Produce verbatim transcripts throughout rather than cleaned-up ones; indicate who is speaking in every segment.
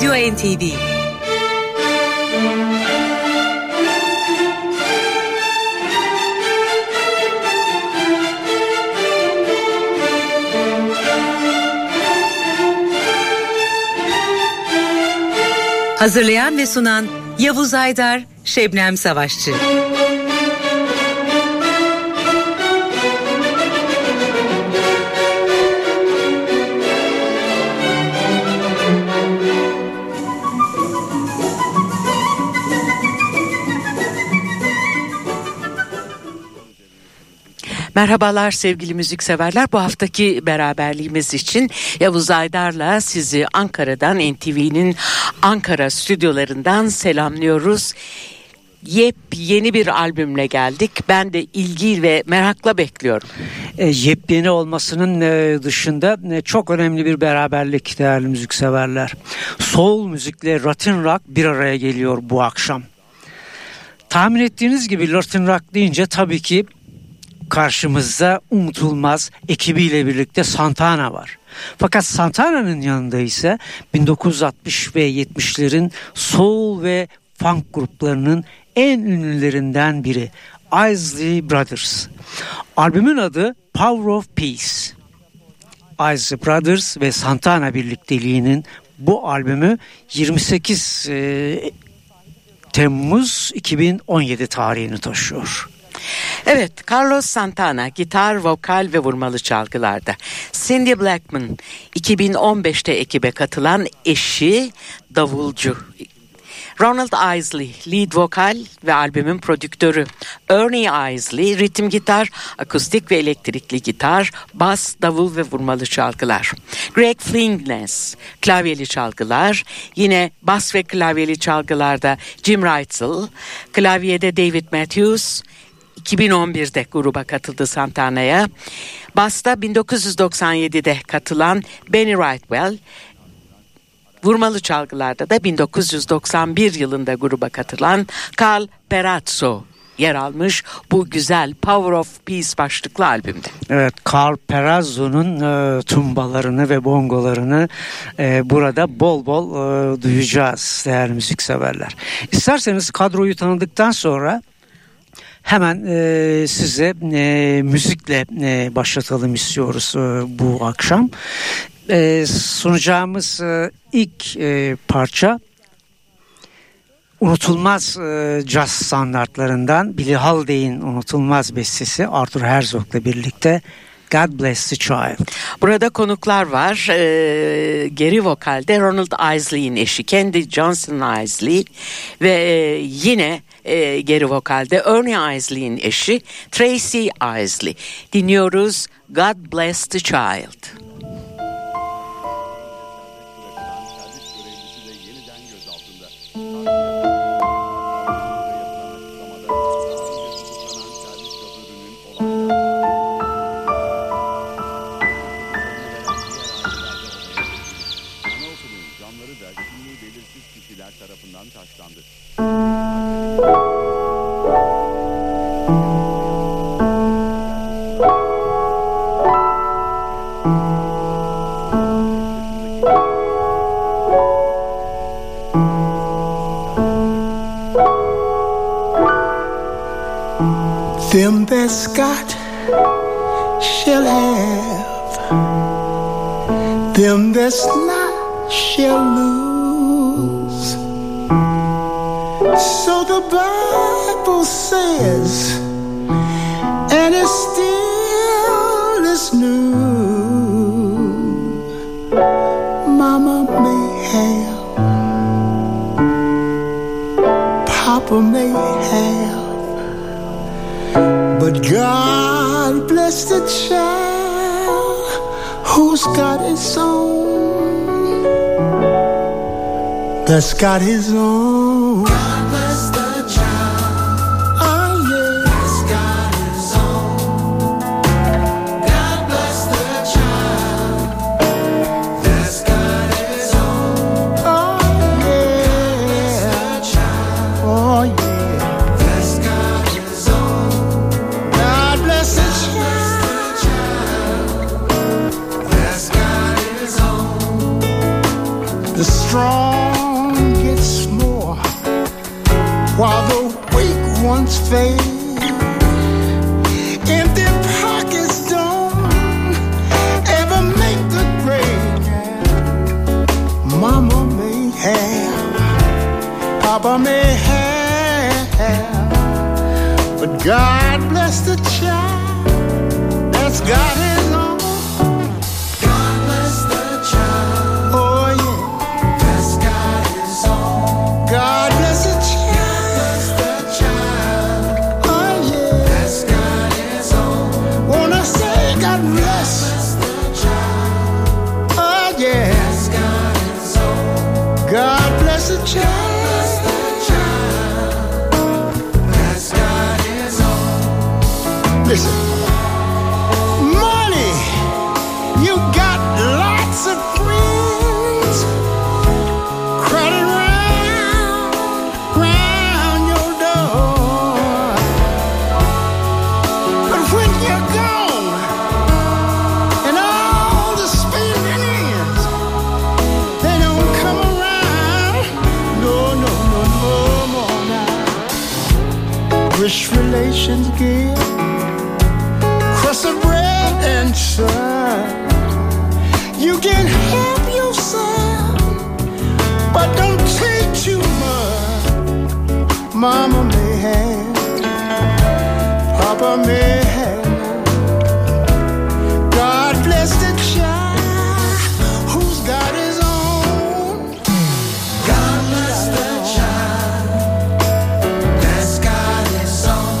Speaker 1: Radyo N T V. Hazırlayan ve sunan Yavuz Aydar, Şebnem Savaşçı.
Speaker 2: Merhabalar sevgili müzikseverler. Bu haftaki beraberliğimiz için Yavuz Aydar'la sizi Ankara'dan N T V'nin Ankara stüdyolarından selamlıyoruz. Yepyeni bir albümle geldik. Ben de ilgi ve merakla bekliyorum.
Speaker 3: E, yepyeni olmasının e, dışında e, çok önemli bir beraberlik değerli müzikseverler. Soul müzikle Latin rock bir araya geliyor bu akşam. Tahmin ettiğiniz gibi Latin rock deyince tabii ki karşımızda unutulmaz ekibiyle birlikte Santana var. Fakat Santana'nın yanında ise bin dokuz yüz altmış ve yetmişlerin soul ve funk gruplarının en ünlülerinden biri Isley Brothers. Albümün adı Power of Peace. Isley Brothers ve Santana birlikteliğinin bu albümü yirmi sekiz e, Temmuz iki bin on yedi tarihini taşıyor.
Speaker 2: Evet, Carlos Santana gitar, vokal ve vurmalı çalgılarda. Cindy Blackman iki bin on beşte ekibe katılan eşi davulcu. Ronald Isley lead vokal ve albümün prodüktörü. Ernie Isley ritim gitar, akustik ve elektrikli gitar, bas, davul ve vurmalı çalgılar. Greg Flingnes klavyeli çalgılar, yine bas ve klavyeli çalgılarda Jim Reitzel, klavyede David Matthews. iki bin on birde gruba katıldı Santana'ya. Basta bin dokuz yüz doksan yedide katılan Benny Rightwell, vurmalı çalgılarda da bin dokuz yüz doksan bir yılında gruba katılan Carl Perazzo yer almış bu güzel Power of Peace başlıklı albümde.
Speaker 3: Evet, Carl Perazzo'nun e, tumbalarını ve bongolarını e, burada bol bol e, duyacağız değerli müzikseverler. İsterseniz kadroyu tanıdıktan sonra hemen e, size e, müzikle e, başlatalım istiyoruz e, bu akşam. E, sunacağımız e, ilk e, parça unutulmaz e, caz standartlarından Billie Holiday'in unutulmaz bestesi Arthur Herzog'la birlikte God Bless the Child.
Speaker 2: Burada konuklar var. Ee, geri vokalde Ronald Isley'in eşi Candy Johnson Isley ve e, yine e, geri vokalde Ernie Isley'in eşi Tracy Isley. Dinliyoruz God Bless the Child.
Speaker 4: Them that's got shall have, them that's not shall lose. So the Bible says, and it still is new. Mama may have, Papa may have, but God bless the child who's got his own, that's got his own. God bless the child, oh yeah, that's got his own. God bless the child, that's got his own. Oh yeah, God bless the child, oh yeah. The strong gets more while the weak ones fade. Empty pockets don't ever make the grade. Mama may have, Papa may have, but God bless the child that's got his own. God bless the child. Oh yeah, that's got his own. God bless the child. Bless the child. Oh yeah, that's got his own. Wanna say God bless. Bless the child. Oh yeah, that's got his own. God bless the child. Listen, money, you got lots of friends crowded round, round your door. But when you're gone and all the spending ends, they don't come around. No, no, no, no more now. Rich relations give crust of bread and sun. You can help yourself, but don't take too much. Mama may have, Papa may have. God bless the child who's got his own. God bless the child that's got his own.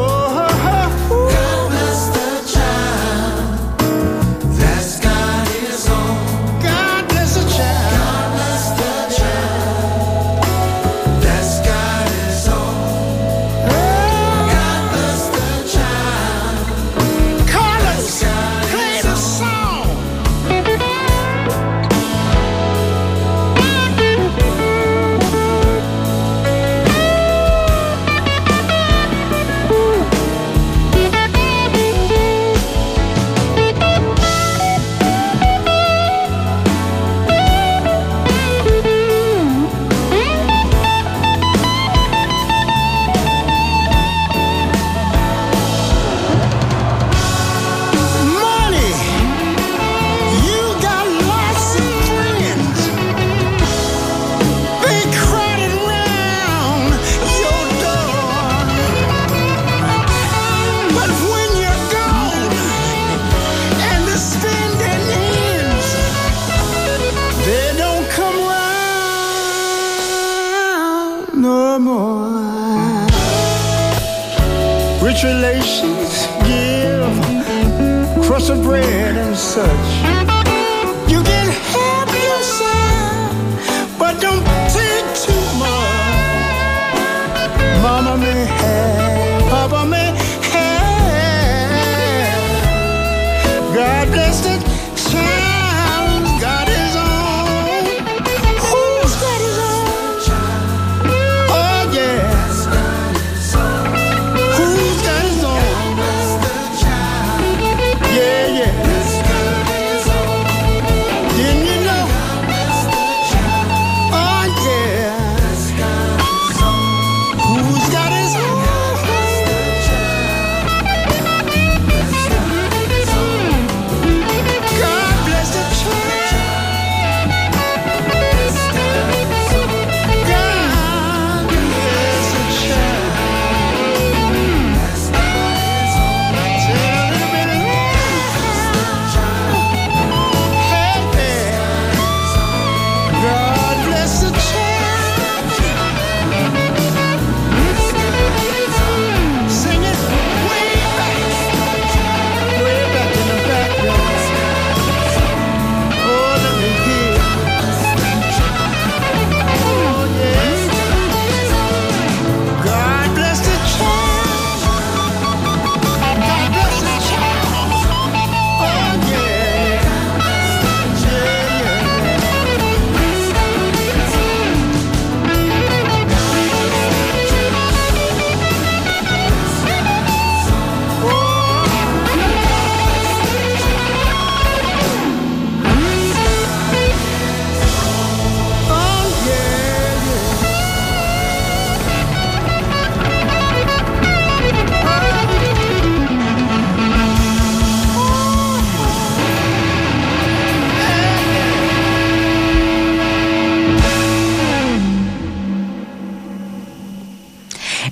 Speaker 4: Rich relations give crust of bread and such. You can help yourself, but don't take too much. Mama may have, Papa may have. God bless the child, got his own. Who's got his own? Oh yeah. Oh,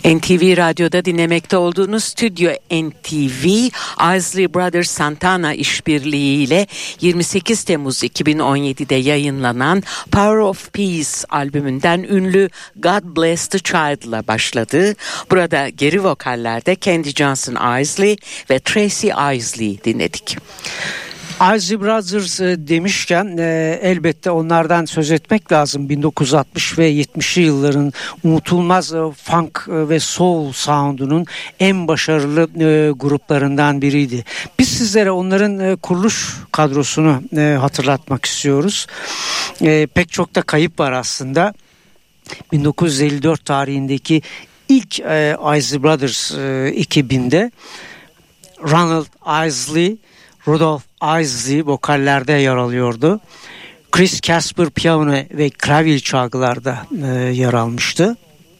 Speaker 2: N T V Radyo'da dinlemekte olduğunuz Stüdyo N T V, Isley Brothers Santana işbirliğiyle yirmi sekiz Temmuz iki bin on yedide yayınlanan Power of Peace albümünden ünlü God Bless the Child'la başladı. Burada geri vokallerde Candy Johnson Isley ve Tracy Isley dinledik.
Speaker 3: Isley Brothers e, demişken e, elbette onlardan söz etmek lazım. bin dokuz yüz altmış ve yetmişli yılların unutulmaz e, funk e, ve soul sound'unun en başarılı e, gruplarından biriydi. Biz sizlere onların e, kuruluş kadrosunu e, hatırlatmak istiyoruz. E, pek çok da kayıp var aslında. bin dokuz yüz elli dört tarihindeki ilk e, Isley Brothers e, ekibinde Ronald Isley, Rudolph Isley vokallerde yer alıyordu. Chris Casper piyano ve klavye çalgılarda e, yer almıştı.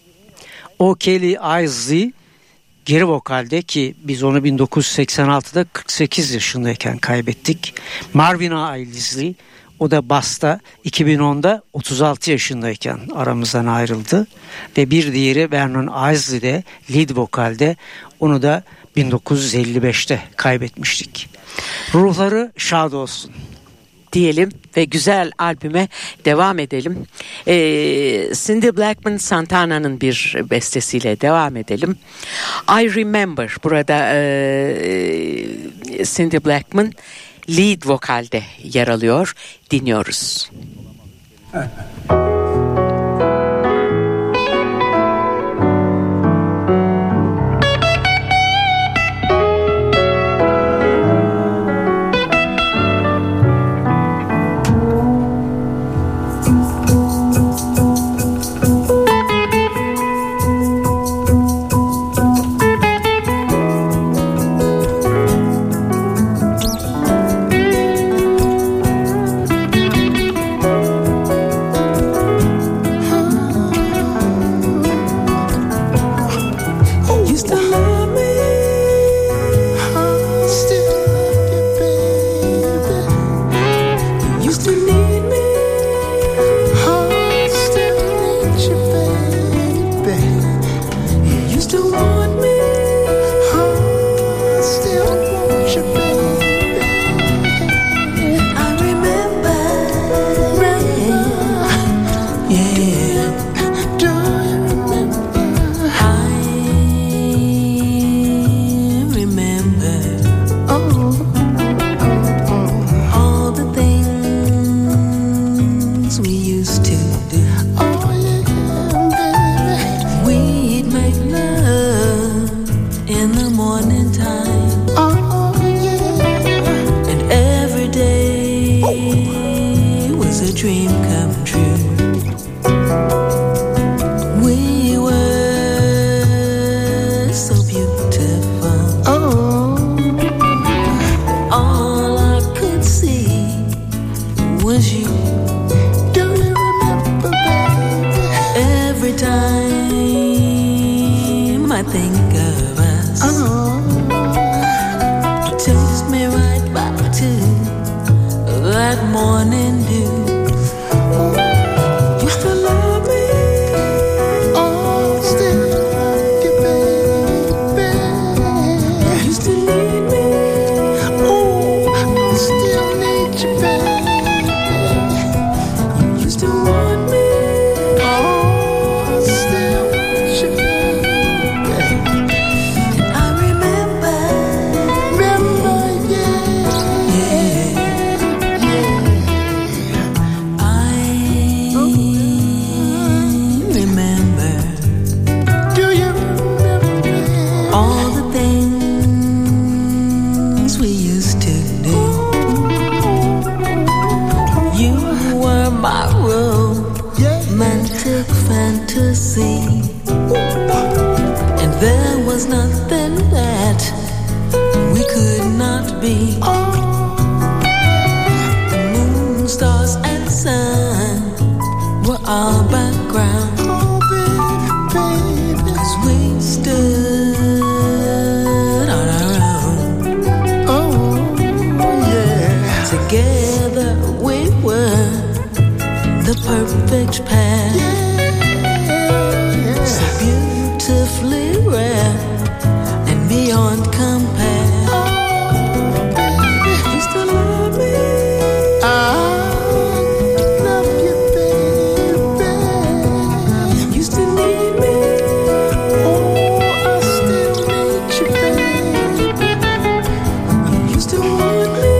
Speaker 3: O'Kelly Isley geri vokalde, ki biz onu bin dokuz yüz seksen altıda kırk sekiz yaşındayken kaybettik. Marvin Isley, o da basta iki bin onda otuz altı yaşındayken aramızdan ayrıldı. Ve bir diğeri Vernon Isley de lead vokalde, onu da bin dokuz yüz elli beşte kaybetmiştik. Ruhları şad olsun
Speaker 2: diyelim ve güzel albüme devam edelim. Ee, Cindy Blackman Santana'nın bir bestesiyle devam edelim. I Remember. Burada e, Cindy Blackman lead vokalde yer alıyor. Dinliyoruz.
Speaker 5: Perfect path, so beautifully
Speaker 4: beyond compare. Oh, baby, you still love me. I love you, baby. You still need me. Oh, I still need you, baby. You still want me.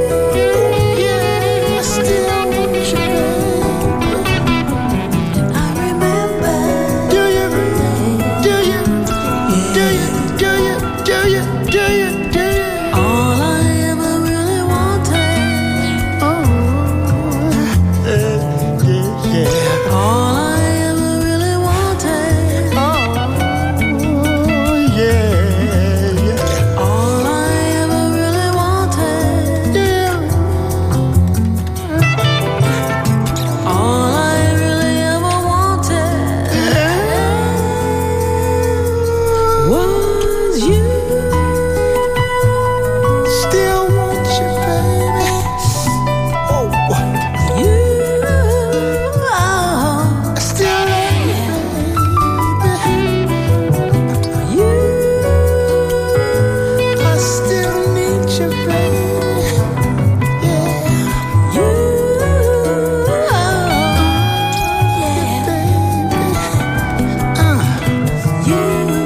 Speaker 4: Yeah, I still want you, baby. And I remember. Do you? Do you? Do you? Do you? Do you? Do you? Do you? All I ever really wanted. Oh, yeah, yeah. All I ever really wanted. Oh, yeah, yeah. All I ever really wanted. Yeah. All I really ever wanted was you. Still want you, baby. Oh, you. I still love you, baby. You. I still need you, baby. Yeah. You. Yeah, baby. Uh. You.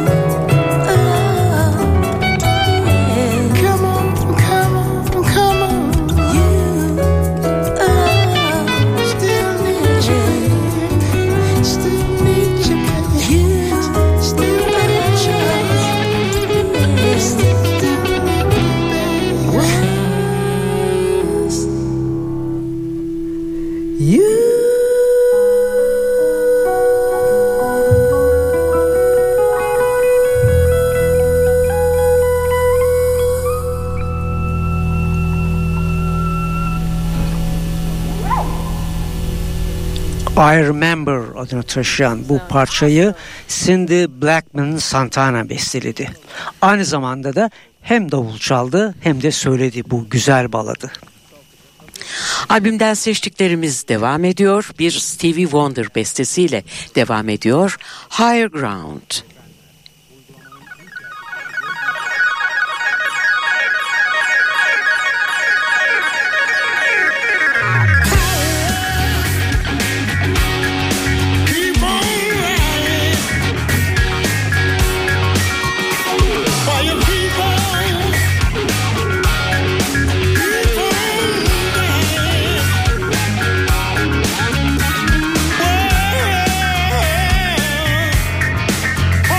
Speaker 4: Come on, come on, come on. You. Still need you, baby. Still need you, baby. You. Still need you, baby. Still need you, baby. You.
Speaker 3: I Remember adını taşıyan bu parçayı Cindy Blackman Santana besteledi. Aynı zamanda da hem davul çaldı hem de söyledi bu güzel baladı.
Speaker 2: Albümden seçtiklerimiz devam ediyor. Bir Stevie Wonder bestesiyle devam ediyor. Higher Ground.
Speaker 4: Keep on running. While you keep on, keep on dying. Well,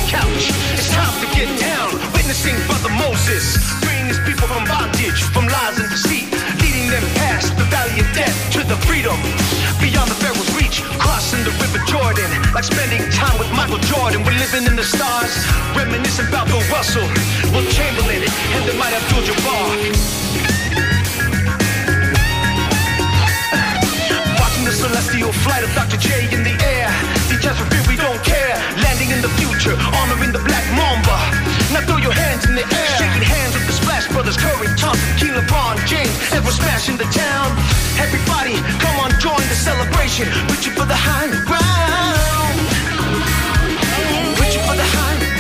Speaker 5: couch. It's time to get down, witnessing Brother Moses, freeing his people from bondage, from lies and deceit, leading them past the valley of death to the freedom beyond the Pharaoh's reach, crossing the river Jordan, like spending time with Michael Jordan. We're living in the stars, reminiscing about Bill Russell, Will Chamberlain, and the might Abdul-Jabbar. Watching the celestial flight of Doctor J in the air, teach us for fear we don't care, landing in the future, honoring the Black Mamba. Now throw your hands in the air, shaking hands with the Splash Brothers, Curry, Thompson, King, LeBron, James, and we're smashing the town. Everybody, come on, join the celebration, reaching for the high ground, reaching for the high ground.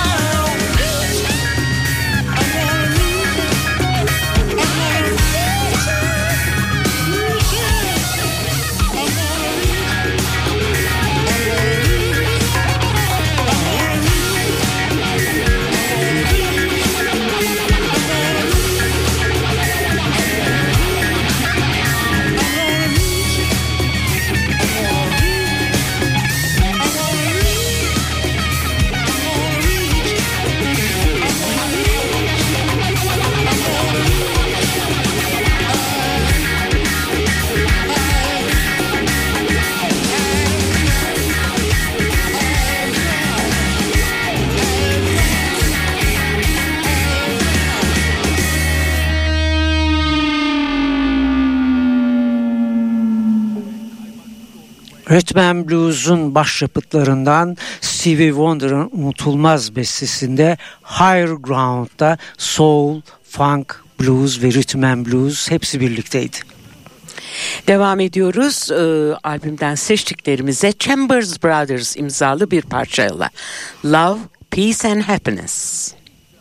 Speaker 3: Rhythm and Blues'un başyapıtlarından Stevie Wonder'ın unutulmaz bestesinde Higher Ground'da soul, funk, blues ve Rhythm and Blues hepsi birlikteydi.
Speaker 2: Devam ediyoruz ee, albümden seçtiklerimize Chambers Brothers imzalı bir parçayla Love, Peace and Happiness.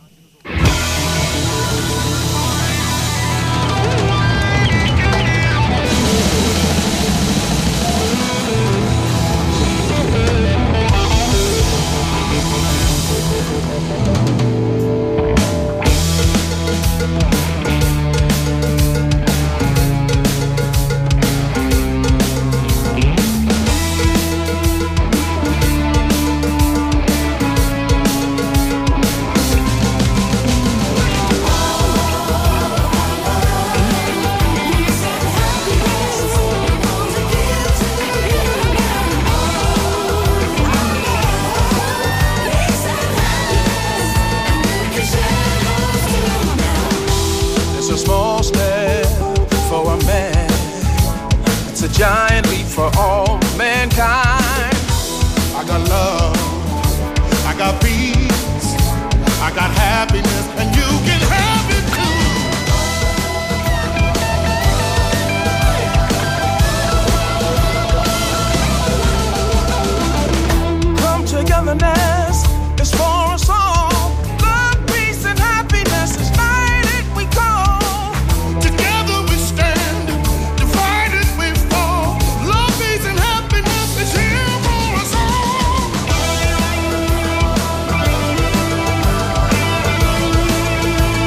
Speaker 6: Giant leap for all mankind. I got love, I got peace, I got happiness, and you can have it too. Come togetherness is for us all. Love, peace, and happiness is united we call. Together we stand, divided we fall. Love, peace, and happiness is here for us all.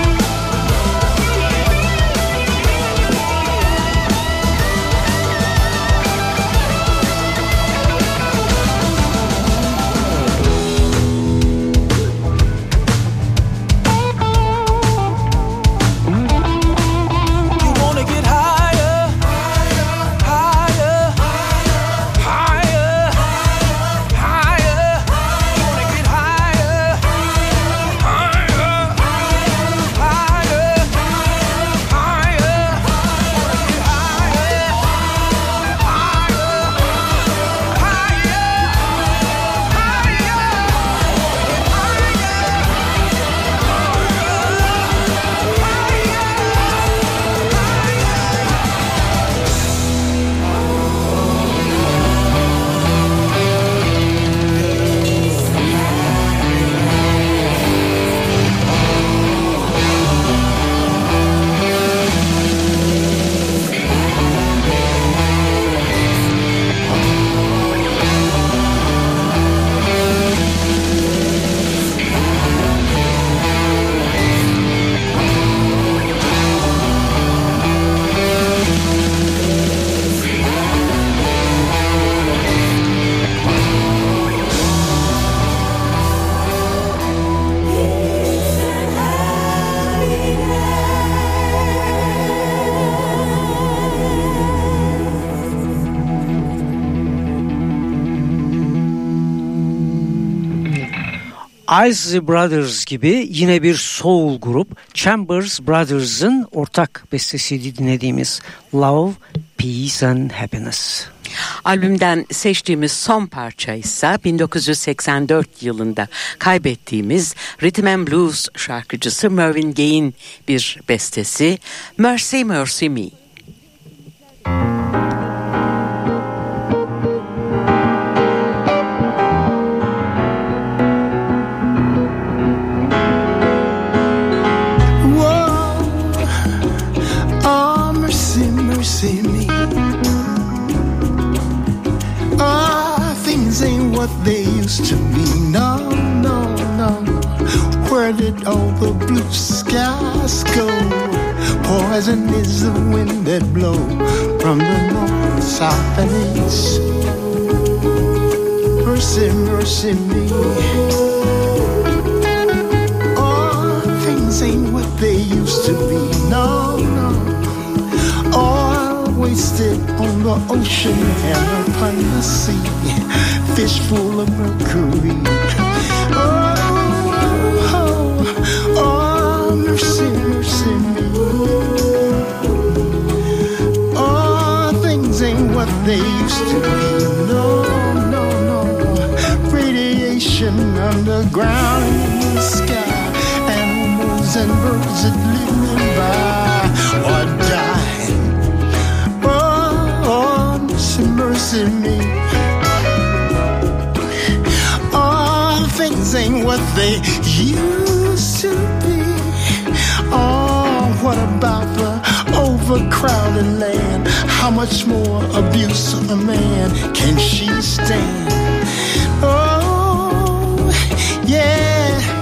Speaker 3: Isley Brothers gibi yine bir soul grup Chambers Brothers'ın ortak bestesiydi dinlediğimiz Love, Peace and Happiness.
Speaker 2: Albümden seçtiğimiz son parça ise bin dokuz yüz seksen dört yılında kaybettiğimiz Rhythm and Blues şarkıcısı Mervyn Gaye'in bir bestesi Mercy Mercy Me.
Speaker 4: See me. Ah, things ain't what they used to be. No, no, no. Where did all the blue skies go? Poison is the wind that blow from the north, south, and east. Mercy, mercy me. Oh, things ain't what they used to be. No, no. Oil wasted on the ocean and upon the sea, fish full of mercury. Oh, oh, oh, mercy, mercy me. Oh, things ain't what they used to be. No, no, no. Radiation underground in the sky, animals and birds that live nearby or die. Mercy me. All things ain't what they used to be. Oh, what about the overcrowded land? How much more abuse of a man can she stand? Oh, yeah.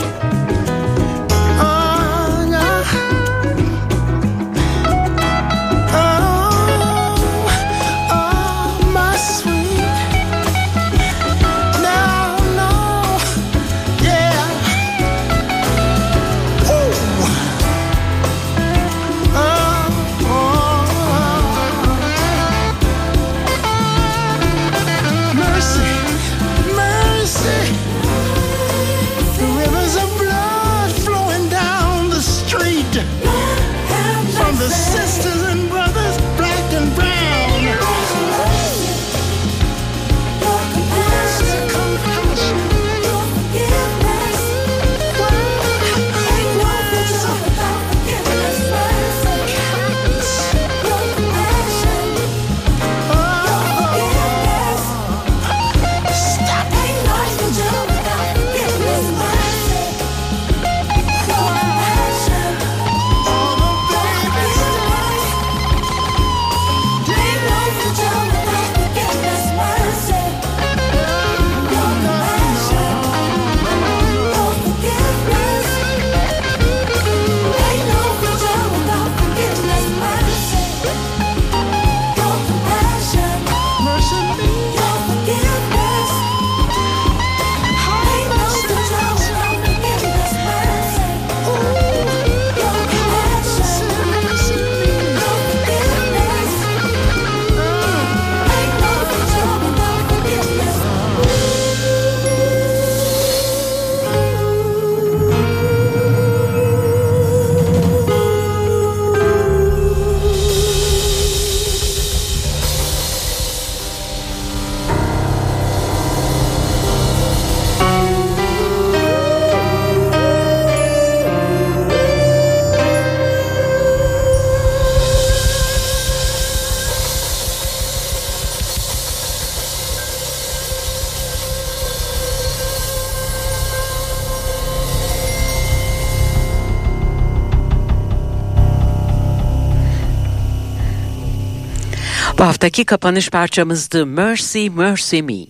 Speaker 2: Bu haftaki kapanış parçamızdı Mercy Mercy Me.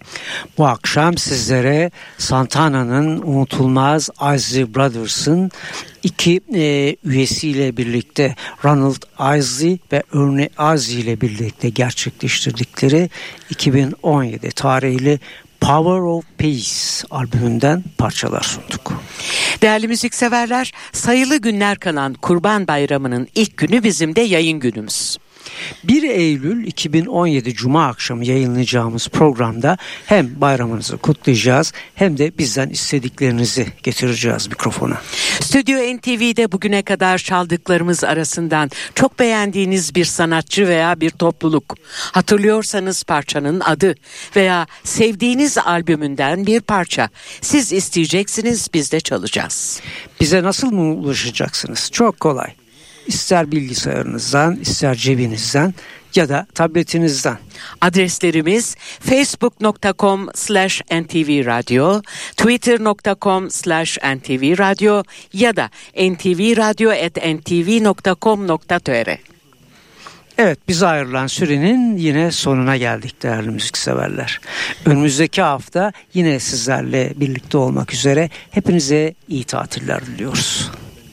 Speaker 3: Bu akşam sizlere Santana'nın unutulmaz Isley Brothers'ın iki e, üyesiyle birlikte Ronald Isley ve Ernie Isley ile birlikte gerçekleştirdikleri iki bin on yedi tarihli Power of Peace albümünden parçalar sunduk.
Speaker 2: Değerli müzikseverler, sayılı günler kalan Kurban Bayramı'nın ilk günü bizim de yayın günümüz.
Speaker 3: bir Eylül iki bin on yedi Cuma akşamı yayınlayacağımız programda hem bayramınızı kutlayacağız hem de bizden istediklerinizi getireceğiz mikrofona.
Speaker 2: Stüdyo N T V'de bugüne kadar çaldıklarımız arasından çok beğendiğiniz bir sanatçı veya bir topluluk, hatırlıyorsanız parçanın adı veya sevdiğiniz albümünden bir parça siz isteyeceksiniz, biz de çalacağız.
Speaker 3: Bize nasıl mı ulaşacaksınız? Çok kolay. İster bilgisayarınızdan, ister cebinizden ya da tabletinizden.
Speaker 2: Adreslerimiz facebook nokta com slash ntvradio, twitter nokta com slash ntvradio ya da ntvradio at ntv nokta com nokta tr.
Speaker 3: Evet, bize ayrılan sürenin yine sonuna geldik değerli müzikseverler. Önümüzdeki hafta yine sizlerle birlikte olmak üzere hepinize iyi tatiller diliyoruz.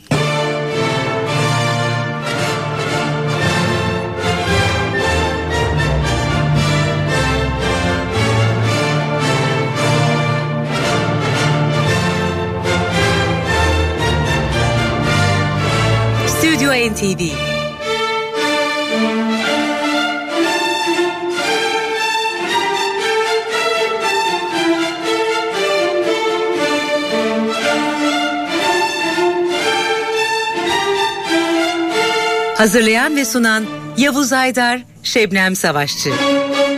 Speaker 1: Stüdyo N T V. Hazırlayan ve sunan Yavuz Aydar, Şebnem Savaşçı.